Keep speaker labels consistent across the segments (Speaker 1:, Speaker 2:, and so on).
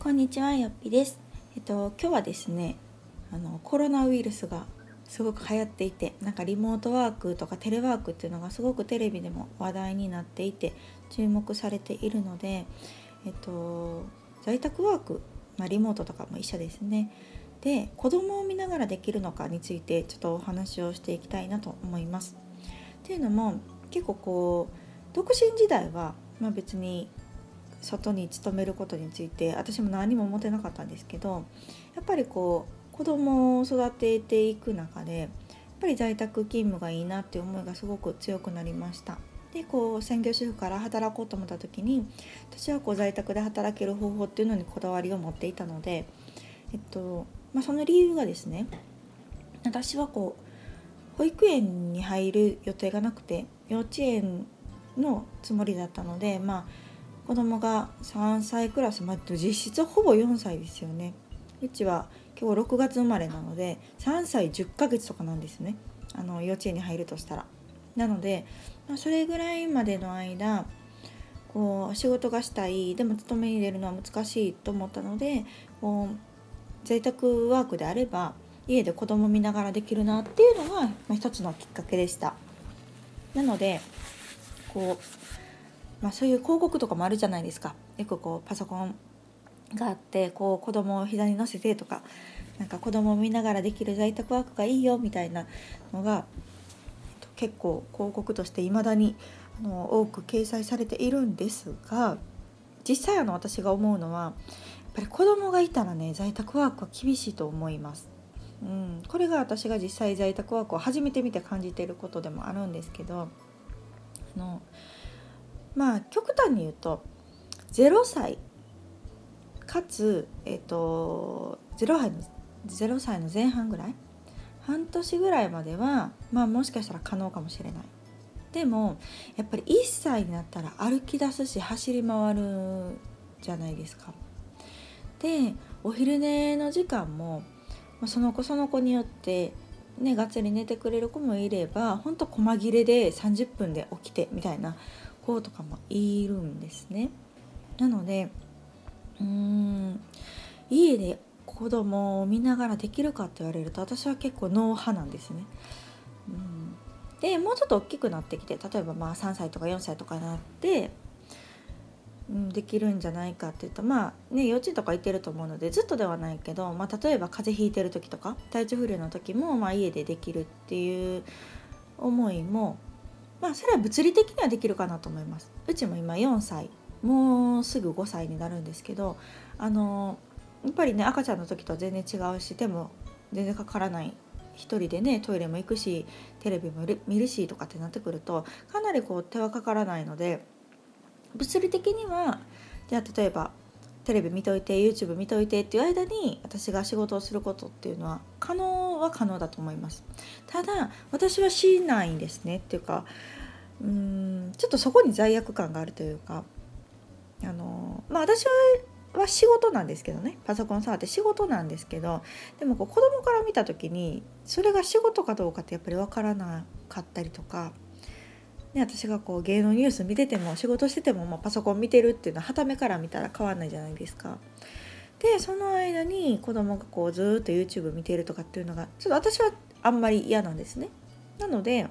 Speaker 1: こんにちは、よっぴです。今日はですね、コロナウイルスがすごく流行っていて、なんかリモートワークとかテレワークっていうのがすごくテレビでも話題になっていて注目されているので、在宅ワーク、リモートとかも一緒ですね。で、子供を見ながらできるのかについてちょっとお話をしていきたいなと思います。っていうのも結構独身時代は、別に外に勤めることについて私も何も思ってなかったんですけど、やっぱり子供を育てていく中でやっぱり在宅勤務がいいなっていう思いがすごく強くなりました。で専業主婦から働こうと思った時に、私は在宅で働ける方法っていうのにこだわりを持っていたので、その理由がですね、私は保育園に入る予定がなくて幼稚園のつもりだったので、子供が3歳クラス、実質ほぼ4歳ですよね。うちは今日6月生まれなので3歳10ヶ月とかなんですね、幼稚園に入るとしたら。なので、それぐらいまでの間仕事がしたい、でも勤めに出るのは難しいと思ったので、在宅ワークであれば家で子供見ながらできるなっていうのが、一つのきっかけでした。なのでそういう広告とかもあるじゃないですか。よくパソコンがあって子供を膝に乗せてとか、なんか子供を見ながらできる在宅ワークがいいよみたいなのが、結構広告として未だに多く掲載されているんですが、実際私が思うのはやっぱり子供がいたらね、在宅ワークは厳しいと思います。これが私が実際在宅ワークを初めて見て感じていることでもあるんですけど、極端に言うと0歳かつ、0歳の前半ぐらい、半年ぐらいまでは、もしかしたら可能かもしれない。でもやっぱり1歳になったら歩き出すし走り回るじゃないですか。でお昼寝の時間も、その子によってね、がっつり寝てくれる子もいれば、ほんと細切れで30分で起きてみたいな子とかもいるんですね。なので家で子供を見ながらできるかって言われると、私は結構ノー派なんですね。でもうちょっと大きくなってきて、例えば3歳とか4歳とかになって、できるんじゃないかっていうと、幼稚園とか行ってると思うのでずっとではないけど、例えば風邪ひいてる時とか体調不良の時も、家でできるっていう思いも、それは物理的にはできるかなと思います。うちも今4歳、もうすぐ5歳になるんですけど、やっぱりね、赤ちゃんの時とは全然違うし、手も全然かからない、一人でねトイレも行くしテレビも見るしとかってなってくると、かなり手はかからないので、物理的にはじゃあ例えばテレビ見といて YouTube 見といてっていう間に私が仕事をすることっていうのは可能だと思います。ただ私はしないんですね。っていうか、ちょっとそこに罪悪感があるというか、私は仕事なんですけどね、パソコン触って仕事なんですけど、でも子供から見た時にそれが仕事かどうかってやっぱり分からなかったりとか、私が芸能ニュース見てても仕事してても、パソコン見てるっていうのは傍目から見たら変わんないじゃないですか。でその間に子供がずっと YouTube 見ているとかっていうのがちょっと私はあんまり嫌なんですね。なので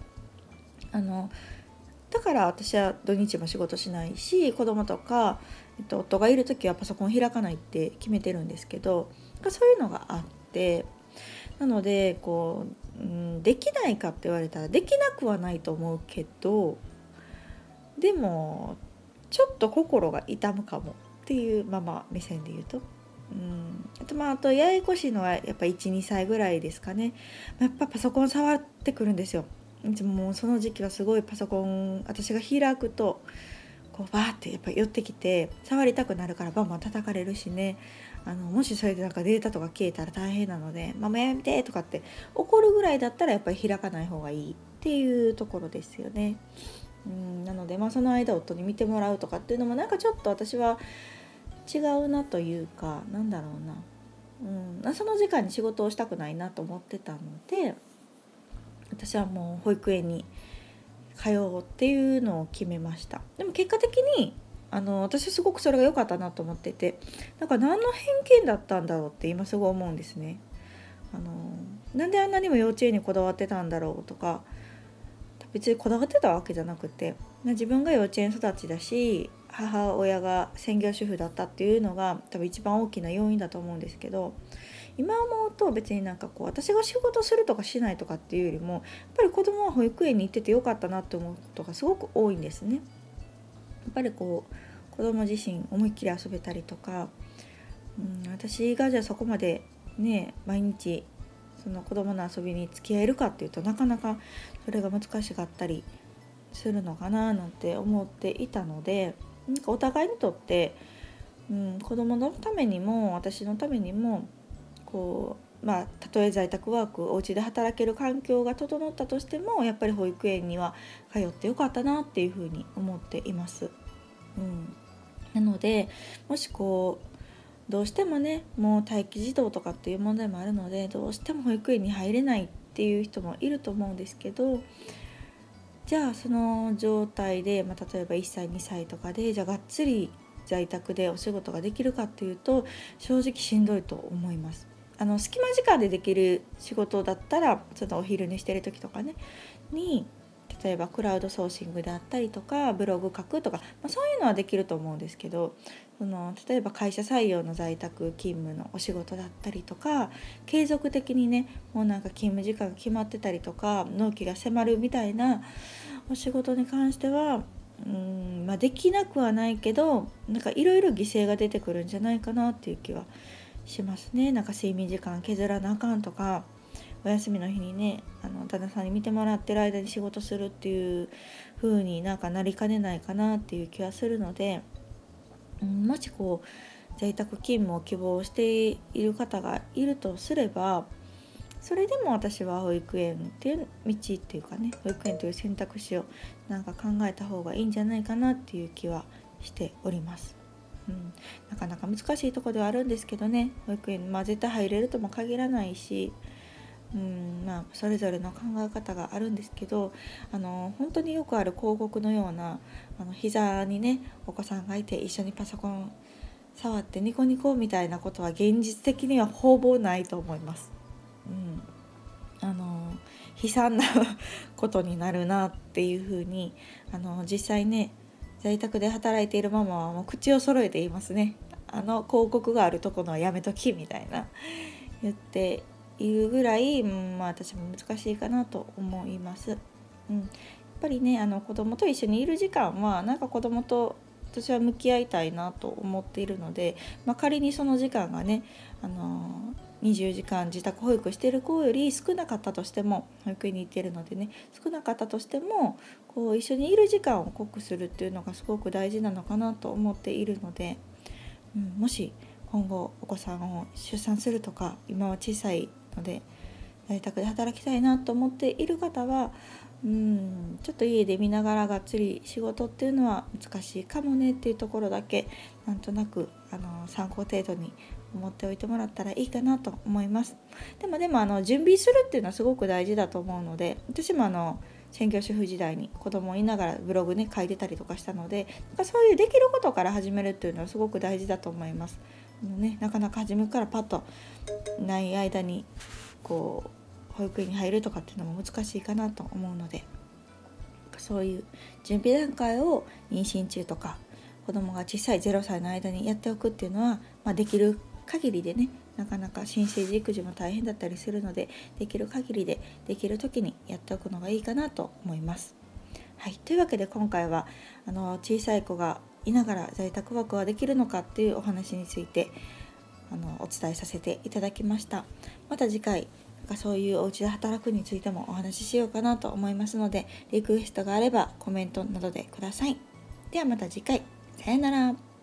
Speaker 1: だから私は土日も仕事しないし、子供とか、夫がいる時はパソコン開かないって決めてるんですけど、そういうのがあって、なのでできないかって言われたらできなくはないと思うけど、でもちょっと心が痛むかもっていう目線で言うと、あとややこしいのはやっぱ 1,2 歳ぐらいですかね。やっぱパソコン触ってくるんですよ。いつもその時期はすごいパソコン私が開くとバーってやっぱ寄ってきて触りたくなるからバンバン叩かれるしね。もしそれでなんかデータとか消えたら大変なので、もうやめてとかって怒るぐらいだったらやっぱり開かない方がいいっていうところですよね。なのでその間夫に見てもらうとかっていうのもなんかちょっと私は違うなというか、なんだろうな、その時間に仕事をしたくないなと思ってたので、私はもう保育園に通うっていうのを決めました。でも結果的に私はすごくそれが良かったなと思ってて、なんか何の偏見だったんだろうって今すごい思うんですね。なんであんなにも幼稚園にこだわってたんだろうとか、別にこだわってたわけじゃなくて、自分が幼稚園育ちだし母親が専業主婦だったっていうのが多分一番大きな要因だと思うんですけど、今思うと別になんかこう私が仕事するとかしないとかっていうよりも、やっぱり子供は保育園に行っててよかったなって思うことがすごく多いんですね。やっぱりこう子供自身思いっきり遊べたりとか、私がじゃあそこまでね毎日その子供の遊びに付き合えるかっていうとなかなかそれが難しかったりするのかななんて思っていたので、なんかお互いにとって、子供のためにも私のためにもこうたとえ在宅ワークお家で働ける環境が整ったとしても、やっぱり保育園には通ってよかったなっていうふうに思っています。なのでもしこうどうしてもねもう待機児童とかっていう問題もあるので、どうしても保育園に入れないっていう人もいると思うんですけど、じゃあその状態で、例えば1歳2歳とかでじゃあがっつり在宅でお仕事ができるかっていうと正直しんどいと思います。隙間時間でできる仕事だったらちょっとお昼寝してる時とかねに、例えばクラウドソーシングであったりとかブログ書くとか、そういうのはできると思うんですけど、例えば会社採用の在宅勤務のお仕事だったりとか、継続的にねもうなんか勤務時間が決まってたりとか納期が迫るみたいなお仕事に関してはできなくはないけど、なんかいろいろ犠牲が出てくるんじゃないかなっていう気はしますね。なんか睡眠時間削らなあかんとか、お休みの日にね旦那さんに見てもらってる間に仕事するっていう風になんかなりかねないかなっていう気はするので、もしこう在宅勤務を希望している方がいるとすれば、それでも私は保育園っていう道っていうかね、保育園という選択肢をなんか考えた方がいいんじゃないかなっていう気はしております。なかなか難しいところではあるんですけどね、保育園絶対入れるとも限らないし、それぞれの考え方があるんですけど、本当によくある広告のような膝にねお子さんがいて一緒にパソコン触ってニコニコみたいなことは現実的にはほぼないと思います。悲惨なことになるなっていうふうに実際ね在宅で働いているママはもう口を揃えて言いますね。広告があるとこのはやめときみたいな言っているぐらい、私も難しいかなと思います。やっぱりね子供と一緒にいる時間はなんか子供と私は向き合いたいなと思っているので、仮にその時間がね20時間自宅保育している子より少なかったとしても、保育園に行っているのでね少なかったとしてもこう一緒にいる時間を濃くするっていうのがすごく大事なのかなと思っているので、もし今後お子さんを出産するとか、今は小さいので在宅で働きたいなと思っている方はちょっと家で見ながらがっつり仕事っていうのは難しいかもねっていうところだけなんとなく参考程度に思っておいてもらったらいいかなと思います。でも準備するっていうのはすごく大事だと思うので、私も専業主婦時代に子供をいながらブログね書いてたりとかしたので、そういうできることから始めるっていうのはすごく大事だと思います。なかなか初めからパッとない間にこう保育園に入るとかっていうのも難しいかなと思うので、そういう準備段階を妊娠中とか子供が小さい0歳の間にやっておくっていうのは、できる限りでね、なかなか新生児育児も大変だったりするので、できる限りでできる時にやっておくのがいいかなと思います。はい、というわけで今回は小さい子がいながら在宅ワークはできるのかっていうお話についてお伝えさせていただきました。また次回そういうお家で働くについてもお話ししようかなと思いますので、リクエストがあればコメントなどでください。ではまた次回、さよなら。